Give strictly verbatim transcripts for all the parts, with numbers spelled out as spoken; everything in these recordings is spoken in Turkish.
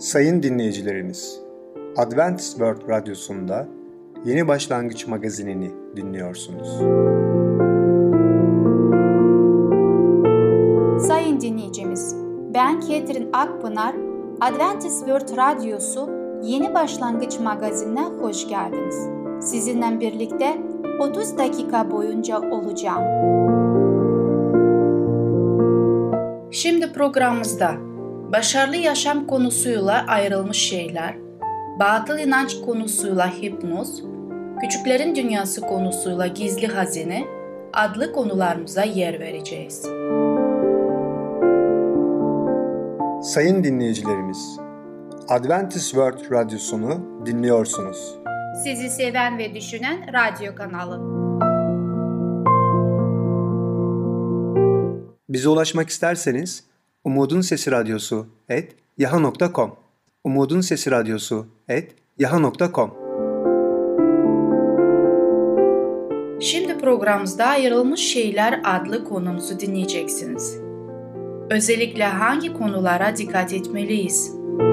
Sayın dinleyicilerimiz, Adventist World Radyosu'nda Yeni Başlangıç Magazinini dinliyorsunuz. Sayın dinleyicimiz, ben Ketrin Akpınar, Adventist World Radyosu Yeni Başlangıç Magazinine hoş geldiniz. Sizinle birlikte otuz dakika boyunca olacağım. Şimdi programımızda başarılı yaşam konusuyla ayrılmış şeyler, batıl inanç konusuyla hipnoz, küçüklerin dünyası konusuyla gizli hazine adlı konularımıza yer vereceğiz. Sayın dinleyicilerimiz, Adventist World Radyosunu dinliyorsunuz. Sizi seven ve düşünen radyo kanalı. Bize ulaşmak isterseniz Umutun Sesi Radyosu et yaha nokta com Umutun Sesi Radyosu et yaha nokta com. Şimdi programımızda ayrılmış şeyler adlı konumuzu dinleyeceksiniz. Özellikle hangi konulara dikkat etmeliyiz?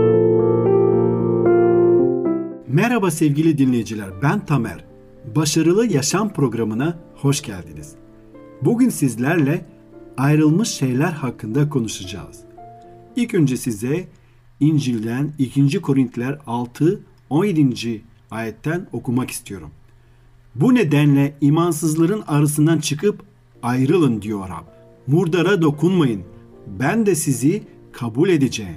Merhaba sevgili dinleyiciler, ben Tamer. Başarılı Yaşam programına hoş geldiniz. Bugün sizlerle ayrılmış şeyler hakkında konuşacağız. İlk önce size İncil'den ikinci Korintiler altı on yedinci ayetten okumak istiyorum. Bu nedenle imansızların arasından çıkıp ayrılın diyor Rab. Murdara dokunmayın. Ben de sizi kabul edeceğim.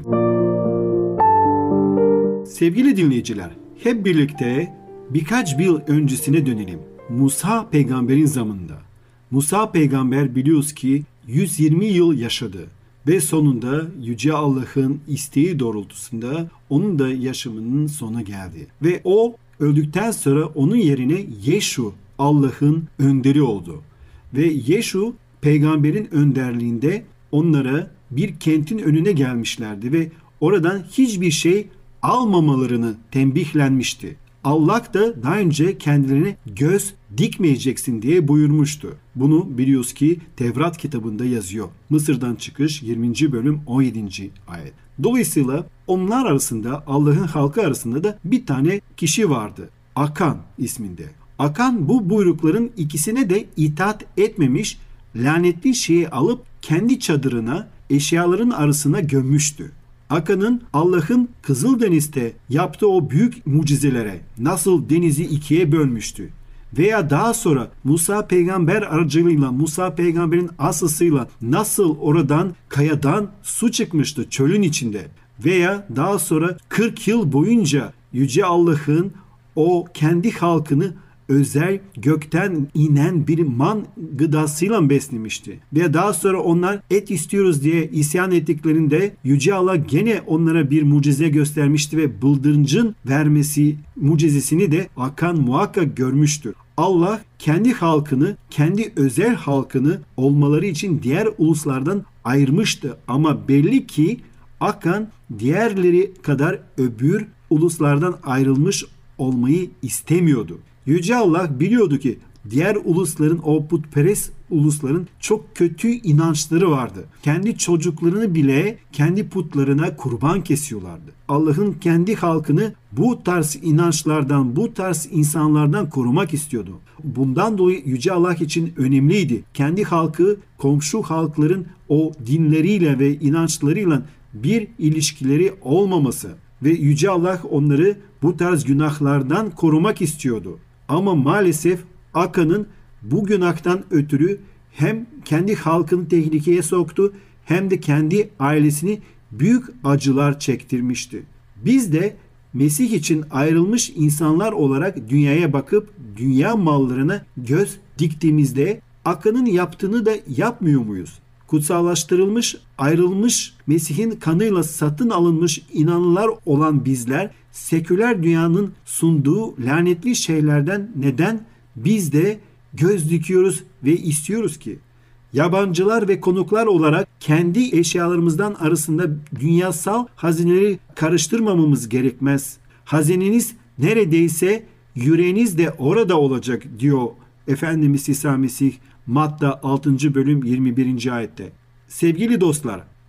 Sevgili dinleyiciler, hep birlikte birkaç yıl öncesine dönelim. Musa peygamberin zamanında. Musa peygamber biliyoruz ki yüz yirmi yıl yaşadı ve sonunda Yüce Allah'ın isteği doğrultusunda onun da yaşamının sonu geldi. Ve o öldükten sonra onun yerine Yeşu Allah'ın önderi oldu. Ve Yeşu peygamberin önderliğinde onlara bir kentin önüne gelmişlerdi ve oradan hiçbir şey almamalarını tembihlenmişti. Allah da daha önce kendilerine göz dikmeyeceksin diye buyurmuştu. Bunu biliyoruz ki Tevrat kitabında yazıyor. Mısır'dan çıkış yirminci bölüm on yedinci ayet. Dolayısıyla onlar arasında, Allah'ın halkı arasında da bir tane kişi vardı. Akan isminde. Akan bu buyrukların ikisine de itaat etmemiş, lanetli şeyi alıp kendi çadırına, eşyaların arasına gömmüştü. Akan'ın Allah'ın Kızıldeniz'de yaptığı o büyük mucizelere nasıl denizi ikiye bölmüştü veya daha sonra Musa peygamber aracılığıyla Musa peygamberin asısıyla nasıl oradan kayadan su çıkmıştı çölün içinde veya daha sonra kırk yıl boyunca Yüce Allah'ın o kendi halkını özel gökten inen bir man gıdasıyla beslemişti. Ve daha sonra onlar et istiyoruz diye isyan ettiklerinde Yüce Allah gene onlara bir mucize göstermişti ve bıldırcın vermesi mucizesini de Akan muhakkak görmüştür. Allah kendi halkını, kendi özel halkını olmaları için diğer uluslardan ayırmıştı. Ama belli ki Akan diğerleri kadar öbür uluslardan ayrılmış olmayı istemiyordu. Yüce Allah biliyordu ki diğer ulusların, o putperest ulusların çok kötü inançları vardı. Kendi çocuklarını bile kendi putlarına kurban kesiyorlardı. Allah'ın kendi halkını bu tarz inançlardan, bu tarz insanlardan korumak istiyordu. Bundan dolayı Yüce Allah için önemliydi. Kendi halkı, komşu halkların o dinleriyle ve inançlarıyla bir ilişkileri olmaması ve Yüce Allah onları bu tarz günahlardan korumak istiyordu. Ama maalesef Akan'ın bu günahtan ötürü hem kendi halkını tehlikeye soktu hem de kendi ailesini büyük acılar çektirmişti. Biz de Mesih için ayrılmış insanlar olarak dünyaya bakıp dünya mallarına göz diktiğimizde Akan'ın yaptığını da yapmıyor muyuz? Kutsallaştırılmış, ayrılmış, Mesih'in kanıyla satın alınmış inanlılar olan bizler seküler dünyanın sunduğu lanetli şeylerden neden biz de göz dikiyoruz ve istiyoruz ki? Yabancılar ve konuklar olarak kendi eşyalarımızdan arasında dünyasal hazineleri karıştırmamamız gerekmez. Hazineniz neredeyse yüreğiniz de orada olacak diyor Efendimiz İsa Mesih Matta altıncı bölüm yirmi birinci ayette. Sevgili dostlar,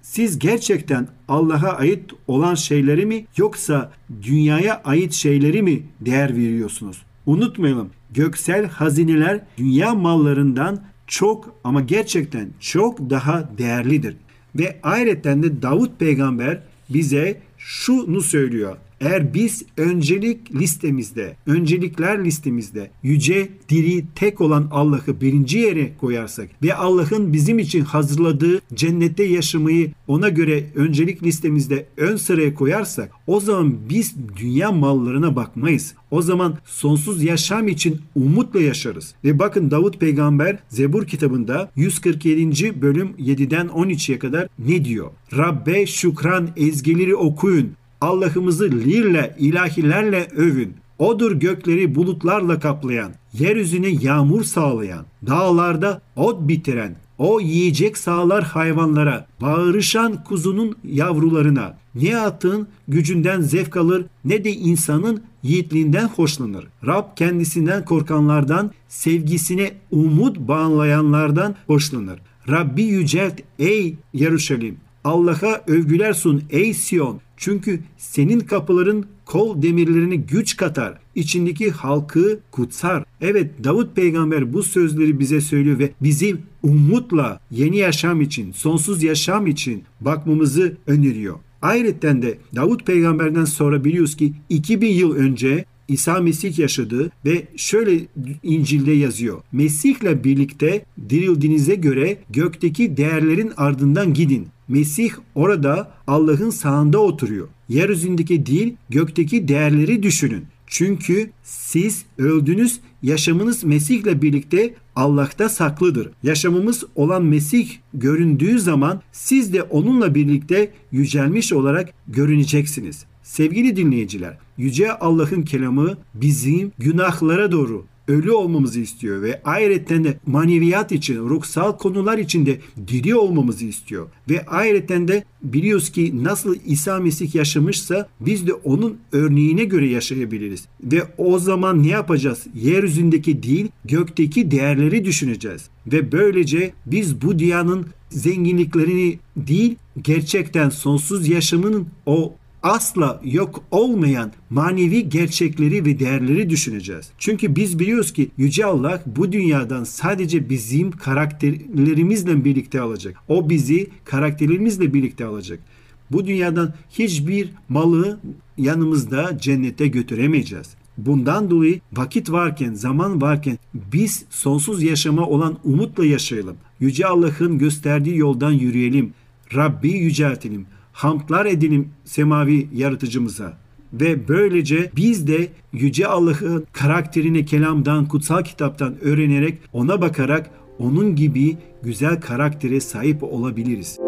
Siz gerçekten Allah'a ait olan şeyleri mi yoksa dünyaya ait şeyleri mi değer veriyorsunuz? Unutmayalım, göksel hazineler dünya mallarından çok ama gerçekten çok daha değerlidir. Ve ayrıca de Davut peygamber bize şunu söylüyor. Eğer biz öncelik listemizde, öncelikler listemizde yüce, diri, tek olan Allah'ı birinci yere koyarsak ve Allah'ın bizim için hazırladığı cennette yaşamayı ona göre öncelik listemizde ön sıraya koyarsak o zaman biz dünya mallarına bakmayız. O zaman sonsuz yaşam için umutla yaşarız. Ve bakın Davut peygamber Zebur kitabında yüz kırk yedinci bölüm yediden on üçe kadar ne diyor? Rabbe şükran ezgileri okuyun. Allah'ımızı lirle, ilahilerle övün. Odur gökleri bulutlarla kaplayan, yeryüzüne yağmur sağlayan, dağlarda ot bitiren, o yiyecek sağlar hayvanlara, bağırışan kuzunun yavrularına. Ne atın gücünden zevk alır ne de insanın yiğitliğinden hoşlanır. Rab kendisinden korkanlardan, sevgisine umut bağlayanlardan hoşlanır. Rabbi yücelt ey Yeruşalim. Allah'a övgüler sun ey Siyon. Çünkü senin kapıların kol demirlerine güç katar. İçindeki halkı kutsar. Evet, Davut peygamber bu sözleri bize söylüyor ve bizi umutla yeni yaşam için, sonsuz yaşam için bakmamızı öneriyor. Ayrıca de Davut peygamberden sonra biliyoruz ki iki bin yıl önce İsa Mesih yaşadı ve şöyle İncil'de yazıyor. Mesih'le birlikte dirildiğinize göre gökteki değerlerin ardından gidin. Mesih orada Allah'ın sağında oturuyor. Yeryüzündeki değil, gökteki değerleri düşünün. Çünkü siz öldünüz, yaşamınız Mesih'le birlikte Allah'ta saklıdır. Yaşamımız olan Mesih göründüğü zaman siz de onunla birlikte yücelmiş olarak görüneceksiniz. Sevgili dinleyiciler, Yüce Allah'ın kelamı bizim günahlara doğru ölü olmamızı istiyor ve ayrıca de maneviyat için, ruhsal konular için de diri olmamızı istiyor. Ve ayrıca de biliyoruz ki nasıl İsa Mesih yaşamışsa biz de onun örneğine göre yaşayabiliriz. Ve o zaman ne yapacağız? Yeryüzündeki değil, gökteki değerleri düşüneceğiz. Ve böylece biz bu dünyanın zenginliklerini değil, gerçekten sonsuz yaşamının o asla yok olmayan manevi gerçekleri ve değerleri düşüneceğiz. Çünkü biz biliyoruz ki Yüce Allah bu dünyadan sadece bizim karakterlerimizle birlikte alacak. O bizi karakterlerimizle birlikte alacak. Bu dünyadan hiçbir malı yanımızda cennete götüremeyeceğiz. Bundan dolayı vakit varken, zaman varken biz sonsuz yaşama olan umutla yaşayalım. Yüce Allah'ın gösterdiği yoldan yürüyelim. Rabbi yüceltelim. Hamdlar edelim semavi yaratıcımıza. Ve böylece biz de Yüce Allah'ın karakterini kelamdan, kutsal kitaptan öğrenerek, ona bakarak onun gibi güzel karaktere sahip olabiliriz.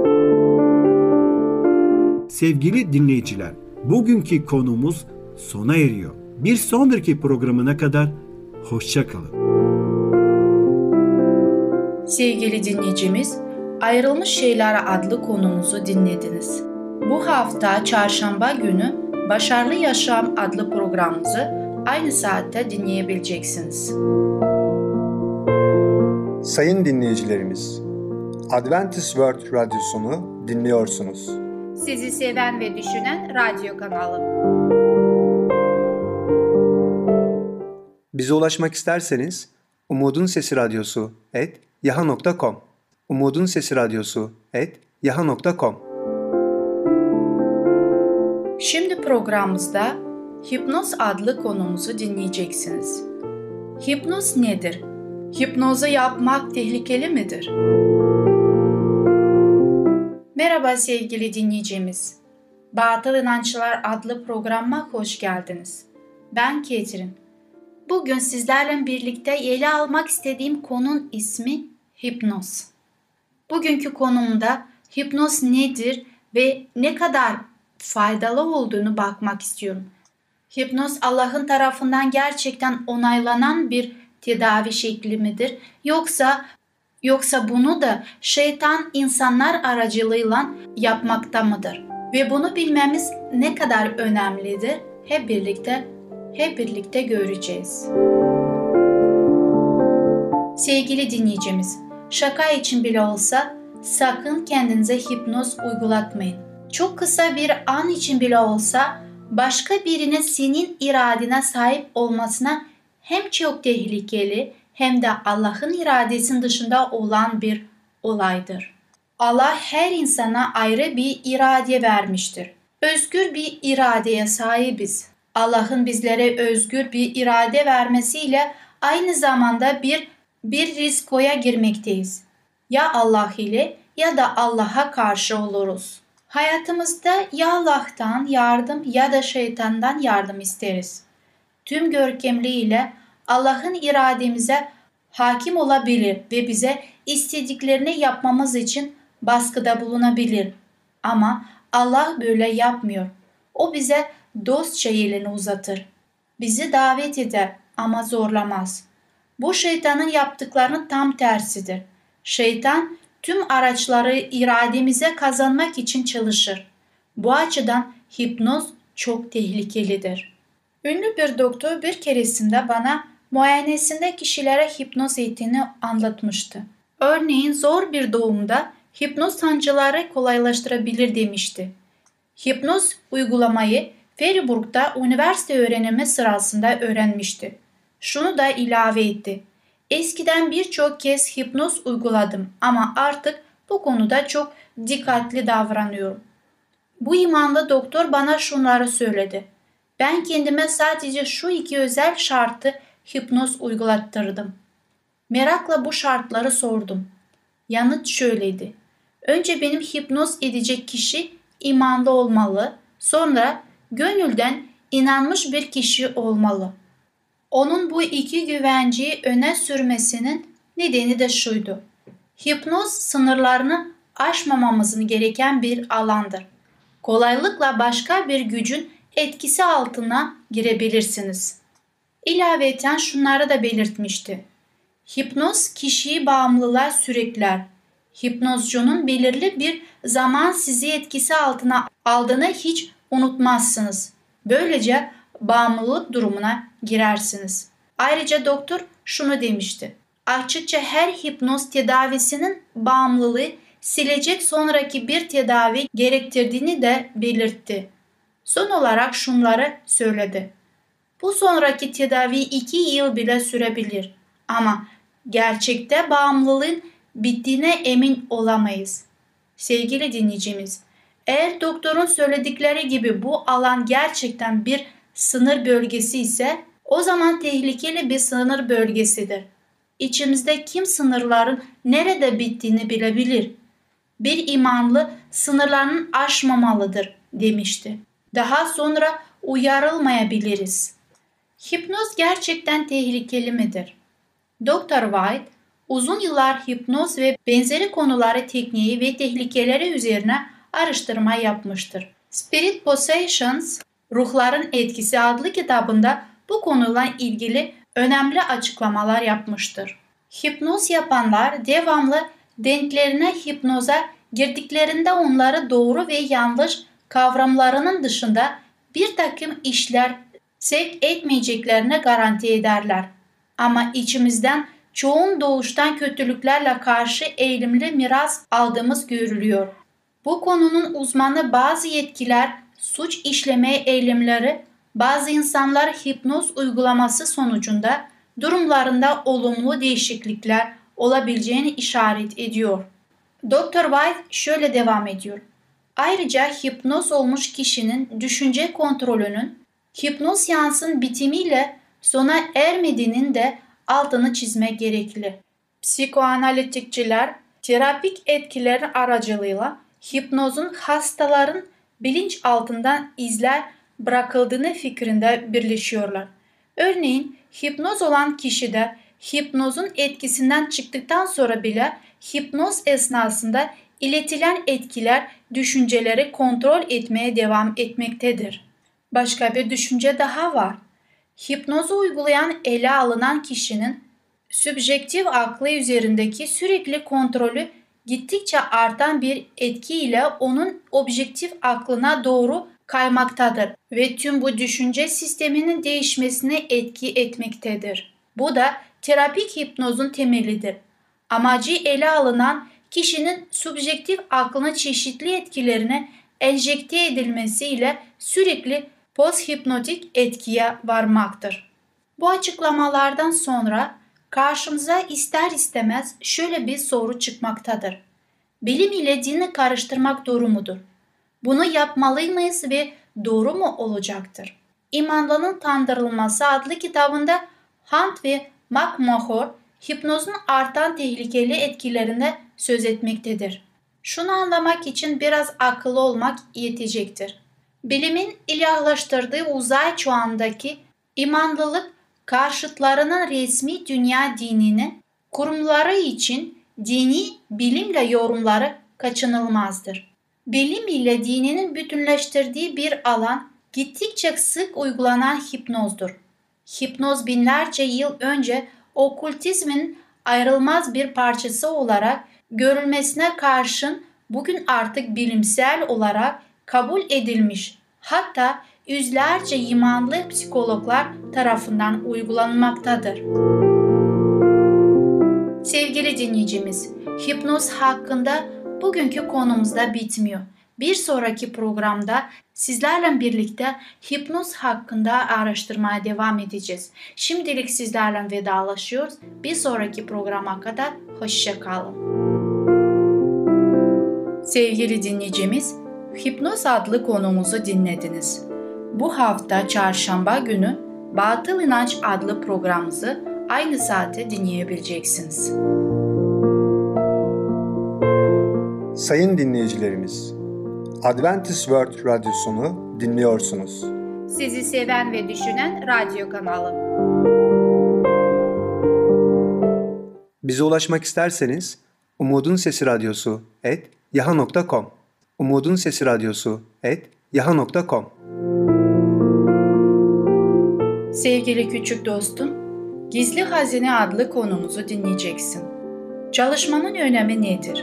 Sevgili dinleyiciler, bugünkü konumuz sona eriyor. Bir sonraki programına kadar hoşça kalın. Sevgili dinleyicimiz, Ayrılmış Şeyler adlı konumuzu dinlediniz. Bu hafta çarşamba günü Başarılı Yaşam adlı programımızı aynı saatte dinleyebileceksiniz. Sayın dinleyicilerimiz, Adventist World Radyosunu dinliyorsunuz. Sizi seven ve düşünen radyo kanalı. Bize ulaşmak isterseniz Umutun Sesi Radyosu et yaha nokta com Umutun Sesi Radyosu et yaha nokta com. Şimdi programımızda Hipnoz adlı konumuzu dinleyeceksiniz. Hipnoz nedir? Hipnozu yapmak tehlikeli midir? Merhaba sevgili dinleyicimiz. Batıl İnançlar adlı programa hoş geldiniz. Ben Ketrin. Bugün sizlerle birlikte ele almak istediğim konunun ismi hipnoz. Bugünkü konumda hipnoz nedir ve ne kadar faydalı olduğunu bakmak istiyorum. Hipnoz Allah'ın tarafından gerçekten onaylanan bir tedavi şekli midir? Yoksa yoksa bunu da şeytan insanlar aracılığıyla yapmakta mıdır? Ve bunu bilmemiz ne kadar önemlidir? Hep birlikte hep birlikte göreceğiz. Sevgili dinleyicimiz, şaka için bile olsa sakın kendinize hipnoz uygulatmayın. Çok kısa bir an için bile olsa başka birinin senin iradene sahip olmasına hem çok tehlikeli hem de Allah'ın iradesinin dışında olan bir olaydır. Allah her insana ayrı bir irade vermiştir. Özgür bir iradeye sahibiz. Allah'ın bizlere özgür bir irade vermesiyle aynı zamanda bir bir riskoya girmekteyiz. Ya Allah ile ya da Allah'a karşı oluruz. Hayatımızda ya Allah'tan yardım ya da şeytandan yardım isteriz. Tüm görkemliğiyle Allah'ın irademize hakim olabilir ve bize istediklerini yapmamız için baskıda bulunabilir. Ama Allah böyle yapmıyor. O bize dostça elini uzatır. Bizi davet eder ama zorlamaz. Bu şeytanın yaptıklarının tam tersidir. Şeytan tüm araçları irademize kazanmak için çalışır. Bu açıdan hipnoz çok tehlikelidir. Ünlü bir doktor bir keresinde bana muayenesinde kişilere hipnoz eğitimini anlatmıştı. Örneğin zor bir doğumda hipnoz sancıları kolaylaştırabilir demişti. Hipnoz uygulamayı Freiburg'da üniversite öğrenimi sırasında öğrenmişti. Şunu da ilave etti. Eskiden birçok kez hipnoz uyguladım ama artık bu konuda çok dikkatli davranıyorum. Bu imanlı doktor bana şunları söyledi. Ben kendime sadece şu iki özel şartı hipnoz uygulattırdım. Merakla bu şartları sordum. Yanıt şöyleydi. Önce benim hipnoz edecek kişi imanlı olmalı, sonra gönülden inanmış bir kişi olmalı. Onun bu iki güvenceyi öne sürmesinin nedeni de şuydu. Hipnoz sınırlarını aşmamamızın gereken bir alandır. Kolaylıkla başka bir gücün etkisi altına girebilirsiniz. İlaveten şunları da belirtmişti. Hipnoz kişiyi bağımlılığa sürükler. Hipnozcunun belirli bir zaman sizi etkisi altına aldığını hiç unutmazsınız. Böylece bağımlılık durumuna girersiniz. Ayrıca doktor şunu demişti. Açıkça her hipnoz tedavisinin bağımlılığı silecek sonraki bir tedavi gerektirdiğini de belirtti. Son olarak şunları söyledi. Bu sonraki tedavi iki yıl bile sürebilir ama gerçekte bağımlılığın bittiğine emin olamayız. Sevgili dinleyicimiz, eğer doktorun söyledikleri gibi bu alan gerçekten bir sınır bölgesi ise o zaman tehlikeli bir sınır bölgesidir. İçimizde kim sınırların nerede bittiğini bilebilir. Bir imanlı sınırlarını aşmamalıdır demişti. Daha sonra uyarılmayabiliriz. Hipnoz gerçekten tehlikeli midir? doktor White uzun yıllar hipnoz ve benzeri konuları tekniği ve tehlikeleri üzerine araştırma yapmıştır. Spirit Possessions, Ruhların Etkisi adlı kitabında bu konuyla ilgili önemli açıklamalar yapmıştır. Hipnoz yapanlar devamlı denklerine hipnoza girdiklerinde onları doğru ve yanlış kavramlarının dışında bir takım işler sevk etmeyeceklerine garanti ederler. Ama içimizden çoğun doğuştan kötülüklerle karşı eğilimli miras aldığımız görülüyor. Bu konunun uzmanı bazı yetkiler, suç işleme eğilimleri, bazı insanlar hipnoz uygulaması sonucunda durumlarında olumlu değişiklikler olabileceğini işaret ediyor. doktor White şöyle devam ediyor. Ayrıca hipnoz olmuş kişinin düşünce kontrolünün hipnoz seansın bitimiyle sona ermediğinin de altını çizmek gerekli. Psikoanalitikçiler terapik etkileri aracılığıyla hipnozun hastaların bilinç altından izler bırakıldığını fikrinde birleşiyorlar. Örneğin hipnoz olan kişide hipnozun etkisinden çıktıktan sonra bile hipnoz esnasında iletilen etkiler düşünceleri kontrol etmeye devam etmektedir. Başka bir düşünce daha var. Hipnozu uygulayan ele alınan kişinin sübjektif aklı üzerindeki sürekli kontrolü gittikçe artan bir etki ile onun objektif aklına doğru kaymaktadır ve tüm bu düşünce sisteminin değişmesine etki etmektedir. Bu da terapik hipnozun temelidir. Amacı ele alınan kişinin subjektif aklına çeşitli etkilerine enjekte edilmesiyle sürekli posthipnotik etkiye varmaktır. Bu açıklamalardan sonra karşımıza ister istemez şöyle bir soru çıkmaktadır. Bilim ile dini karıştırmak doğru mudur? Bunu yapmalı mıyız ve doğru mu olacaktır? İmanlının Tandırılması adlı kitabında Hunt ve McMahon hipnozun artan tehlikeli etkilerine söz etmektedir. Şunu anlamak için biraz akıllı olmak yetecektir. Bilimin ilahlaştırdığı uzay çağındaki imanlılık karşıtlarının resmi dünya dinini kurumları için dini bilimle yorumları kaçınılmazdır. Bilim ile dininin bütünleştirdiği bir alan gittikçe sık uygulanan hipnozdur. Hipnoz binlerce yıl önce okültizmin ayrılmaz bir parçası olarak görülmesine karşın bugün artık bilimsel olarak kabul edilmiş, hatta yüzlerce imanlı psikologlar tarafından uygulanmaktadır. Sevgili dinleyicimiz, hipnoz hakkında bugünkü konumuzda bitmiyor. Bir sonraki programda sizlerle birlikte hipnoz hakkında araştırmaya devam edeceğiz. Şimdilik sizlerle vedalaşıyoruz. Bir sonraki programa kadar hoşça kalın. Sevgili dinleyicimiz, hipnoz adlı konumuzu dinlediniz. Bu hafta çarşamba günü Batıl İnanç adlı programımızı aynı saate dinleyebileceksiniz. Sayın dinleyicilerimiz, Adventist World Radyosunu dinliyorsunuz. Sizi seven ve düşünen radyo kanalı. Bize ulaşmak isterseniz Umutun Sesi Radyosu et yaha nokta com Umutun Sesi Radyosu et yaha nokta com. Sevgili küçük dostum, Gizli Hazine adlı konumuzu dinleyeceksin. Çalışmanın önemi nedir?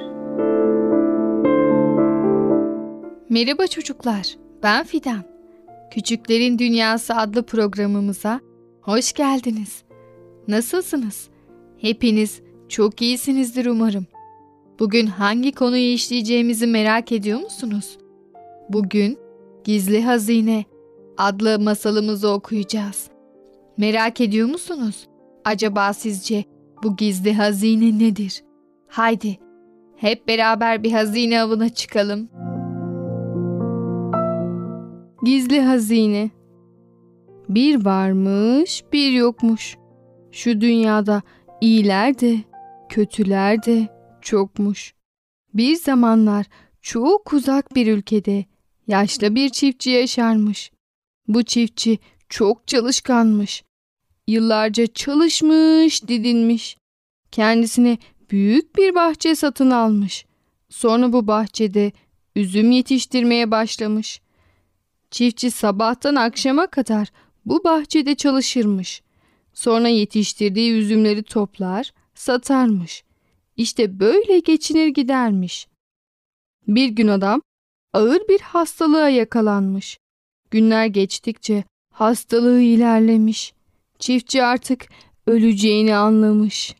Merhaba çocuklar, ben Fidan. Küçüklerin Dünyası adlı programımıza hoş geldiniz. Nasılsınız? Hepiniz çok iyisinizdir umarım. Bugün hangi konuyu işleyeceğimizi merak ediyor musunuz? Bugün Gizli Hazine adlı masalımızı okuyacağız. Merak ediyor musunuz? Acaba sizce bu gizli hazine nedir? Haydi hep beraber bir hazine avına çıkalım. Gizli Hazine. Bir varmış, bir yokmuş. Şu dünyada iyiler de, kötüler de çokmuş. Bir zamanlar çok uzak bir ülkede yaşlı bir çiftçi yaşarmış. Bu çiftçi çok çalışkanmış. Yıllarca çalışmış, didinmiş. Kendisine büyük bir bahçe satın almış. Sonra bu bahçede üzüm yetiştirmeye başlamış. Çiftçi sabahtan akşama kadar bu bahçede çalışırmış. Sonra yetiştirdiği üzümleri toplar, satarmış. İşte böyle geçinir gidermiş. Bir gün adam ağır bir hastalığa yakalanmış. Günler geçtikçe hastalığı ilerlemiş. Çiftçi artık öleceğini anlamış.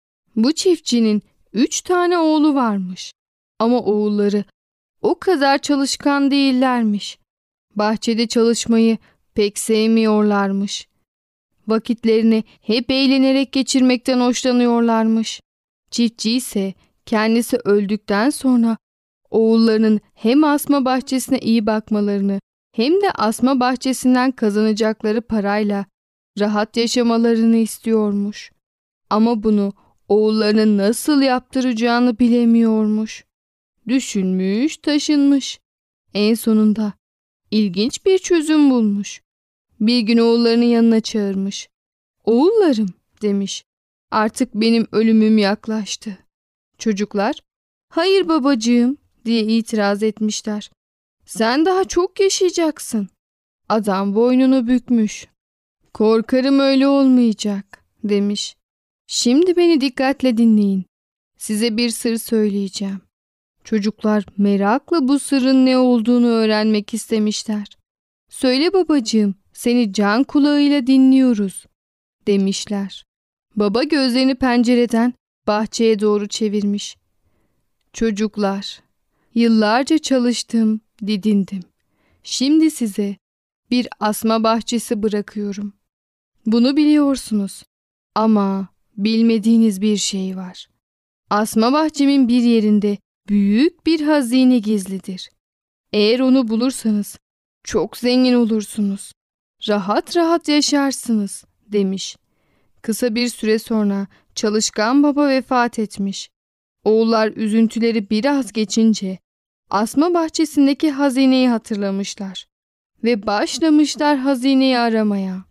Bu çiftçinin üç tane oğlu varmış. Ama oğulları o kadar çalışkan değillermiş. Bahçede çalışmayı pek sevmiyorlarmış. Vakitlerini hep eğlenerek geçirmekten hoşlanıyorlarmış. Çiftçi ise kendisi öldükten sonra oğullarının hem asma bahçesine iyi bakmalarını hem de asma bahçesinden kazanacakları parayla rahat yaşamalarını istiyormuş. Ama bunu oğullarının nasıl yaptıracağını bilemiyormuş. Düşünmüş, taşınmış. En sonunda ilginç bir çözüm bulmuş. Bir gün oğullarını yanına çağırmış. "Oğullarım," demiş, "artık benim ölümüm yaklaştı." Çocuklar, "Hayır babacığım," diye itiraz etmişler. "Sen daha çok yaşayacaksın." Adam boynunu bükmüş. "Korkarım öyle olmayacak," demiş. "Şimdi beni dikkatle dinleyin. Size bir sır söyleyeceğim." Çocuklar merakla bu sırrın ne olduğunu öğrenmek istemişler. "Söyle babacığım, seni can kulağıyla dinliyoruz," demişler. Baba gözlerini pencereden bahçeye doğru çevirmiş. Çocuklar, yıllarca çalıştım, didindim. Şimdi size bir asma bahçesi bırakıyorum. Bunu biliyorsunuz. Ama bilmediğiniz bir şey var. Asma bahçemin bir yerinde büyük bir hazine gizlidir. Eğer onu bulursanız çok zengin olursunuz. Rahat rahat yaşarsınız, demiş. Kısa bir süre sonra çalışkan baba vefat etmiş. Oğullar üzüntüleri biraz geçince asma bahçesindeki hazineyi hatırlamışlar ve başlamışlar hazineyi aramaya.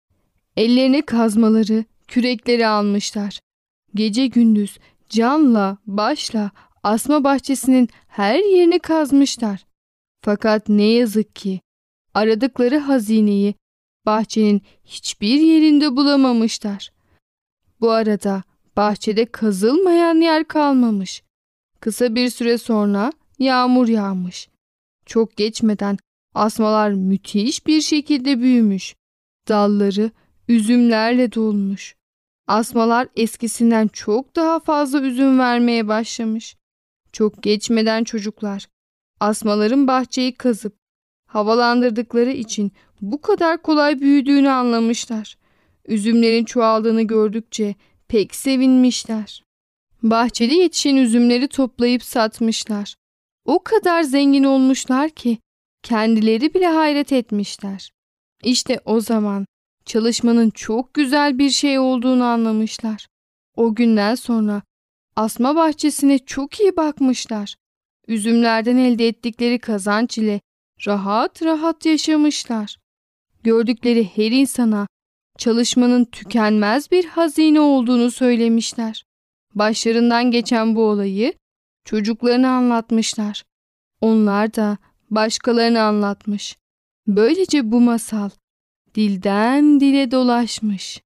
Ellerine kazmaları, kürekleri almışlar. Gece gündüz canla başla asma bahçesinin her yerini kazmışlar. Fakat ne yazık ki aradıkları hazineyi bahçenin hiçbir yerinde bulamamışlar. Bu arada bahçede kazılmayan yer kalmamış. Kısa bir süre sonra yağmur yağmış. Çok geçmeden asmalar müthiş bir şekilde büyümüş. Dalları üzümlerle dolmuş. Asmalar eskisinden çok daha fazla üzüm vermeye başlamış. Çok geçmeden çocuklar asmaların bahçeyi kazıp havalandırdıkları için bu kadar kolay büyüdüğünü anlamışlar. Üzümlerin çoğaldığını gördükçe pek sevinmişler. Bahçede yetişen üzümleri toplayıp satmışlar. O kadar zengin olmuşlar ki kendileri bile hayret etmişler. İşte o zaman çalışmanın çok güzel bir şey olduğunu anlamışlar. O günden sonra asma bahçesine çok iyi bakmışlar. Üzümlerden elde ettikleri kazanç ile rahat rahat yaşamışlar. Gördükleri her insana çalışmanın tükenmez bir hazine olduğunu söylemişler. Başlarından geçen bu olayı çocuklarına anlatmışlar. Onlar da başkalarına anlatmış. Böylece bu masal dilden dile dolaşmış.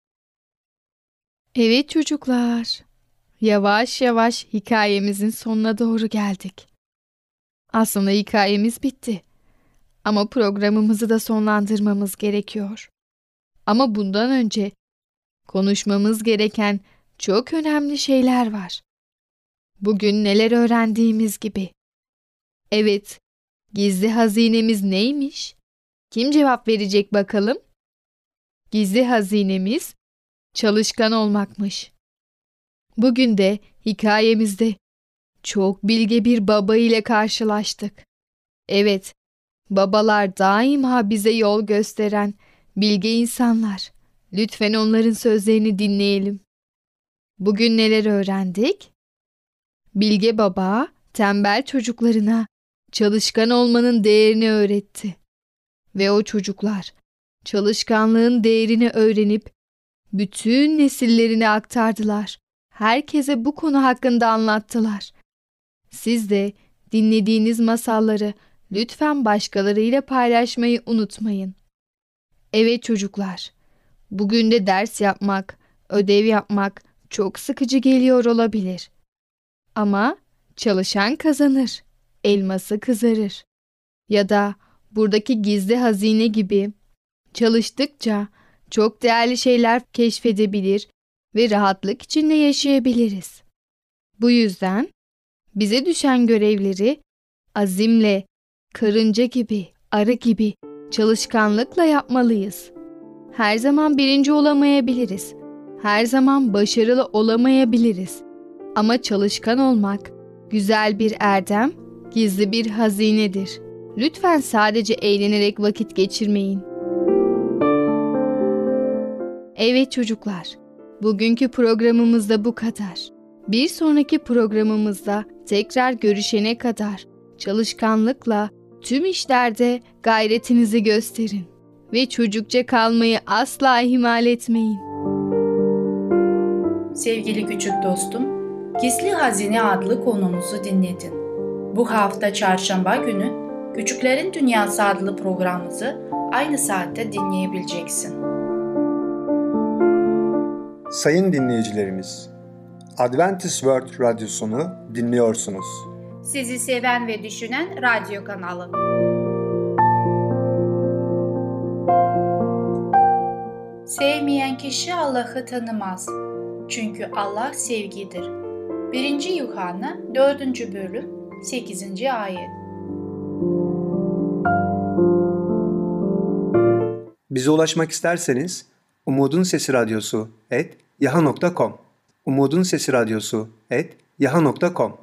Evet çocuklar, yavaş yavaş hikayemizin sonuna doğru geldik. Aslında hikayemiz bitti. Ama programımızı da sonlandırmamız gerekiyor. Ama bundan önce konuşmamız gereken çok önemli şeyler var. Bugün neler öğrendiğimiz gibi. Evet, gizli hazinemiz neymiş? Kim cevap verecek bakalım? Gizli hazinemiz çalışkan olmakmış. Bugün de hikayemizde çok bilge bir baba ile karşılaştık. Evet, babalar daima bize yol gösteren bilge insanlar. Lütfen onların sözlerini dinleyelim. Bugün neler öğrendik? Bilge baba tembel çocuklarına çalışkan olmanın değerini öğretti. Ve o çocuklar çalışkanlığın değerini öğrenip bütün nesillerine aktardılar. Herkese bu konu hakkında anlattılar. Siz de dinlediğiniz masalları lütfen başkalarıyla paylaşmayı unutmayın. Evet çocuklar, bugün de ders yapmak, ödev yapmak çok sıkıcı geliyor olabilir. Ama çalışan kazanır, elması kızarır. Ya da buradaki gizli hazine gibi çalıştıkça çok değerli şeyler keşfedebilir ve rahatlık içinde yaşayabiliriz. Bu yüzden bize düşen görevleri azimle, karınca gibi, arı gibi çalışkanlıkla yapmalıyız. Her zaman birinci olamayabiliriz. Her zaman başarılı olamayabiliriz. Ama çalışkan olmak güzel bir erdem, gizli bir hazinedir. Lütfen sadece eğlenerek vakit geçirmeyin. Evet çocuklar, bugünkü programımız da bu kadar. Bir sonraki programımızda tekrar görüşene kadar çalışkanlıkla tüm işlerde gayretinizi gösterin ve çocukça kalmayı asla ihmal etmeyin. Sevgili küçük dostum, Gizli Hazine adlı konumuzu dinledin. Bu hafta çarşamba günü Küçüklerin Dünyası adlı programımızı aynı saatte dinleyebileceksin. Sayın dinleyicilerimiz, Adventist World Radyosunu dinliyorsunuz. Sizi seven ve düşünen radyo kanalı. Sevmeyen kişi Allah'ı tanımaz. Çünkü Allah sevgidir. birinci. Yuhanna dördüncü bölüm sekizinci. ayet. Bize ulaşmak isterseniz Umutun Sesi Radyosu et yaha nokta com Umutun Sesi Radyosu et yaha nokta com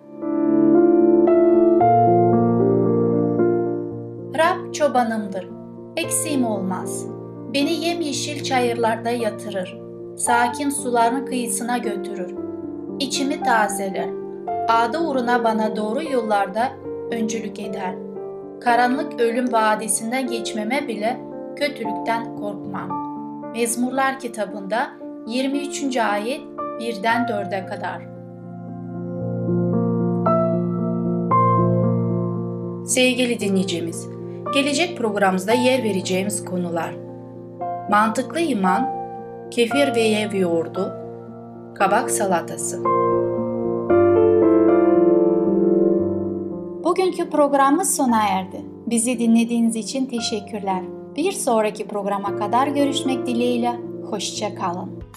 Rab çobanımdır, eksiğim olmaz. Beni yemyeşil çayırlarda yatırır, sakin suların kıyısına götürür. İçimi tazeler, adı uğruna bana doğru yollarda öncülük eder. Karanlık ölüm vadisinden geçmeme bile kötülükten korkmam. Mezmurlar kitabında yirmi üçüncü. ayet birden dörde kadar. Sevgili dinleyicimiz, gelecek programımızda yer vereceğimiz konular: mantıklı iman, kefir ve ev yoğurdu, kabak salatası. Bugünkü programımız sona erdi. Bizi dinlediğiniz için teşekkürler. Bir sonraki programa kadar görüşmek dileğiyle, hoşça kalın.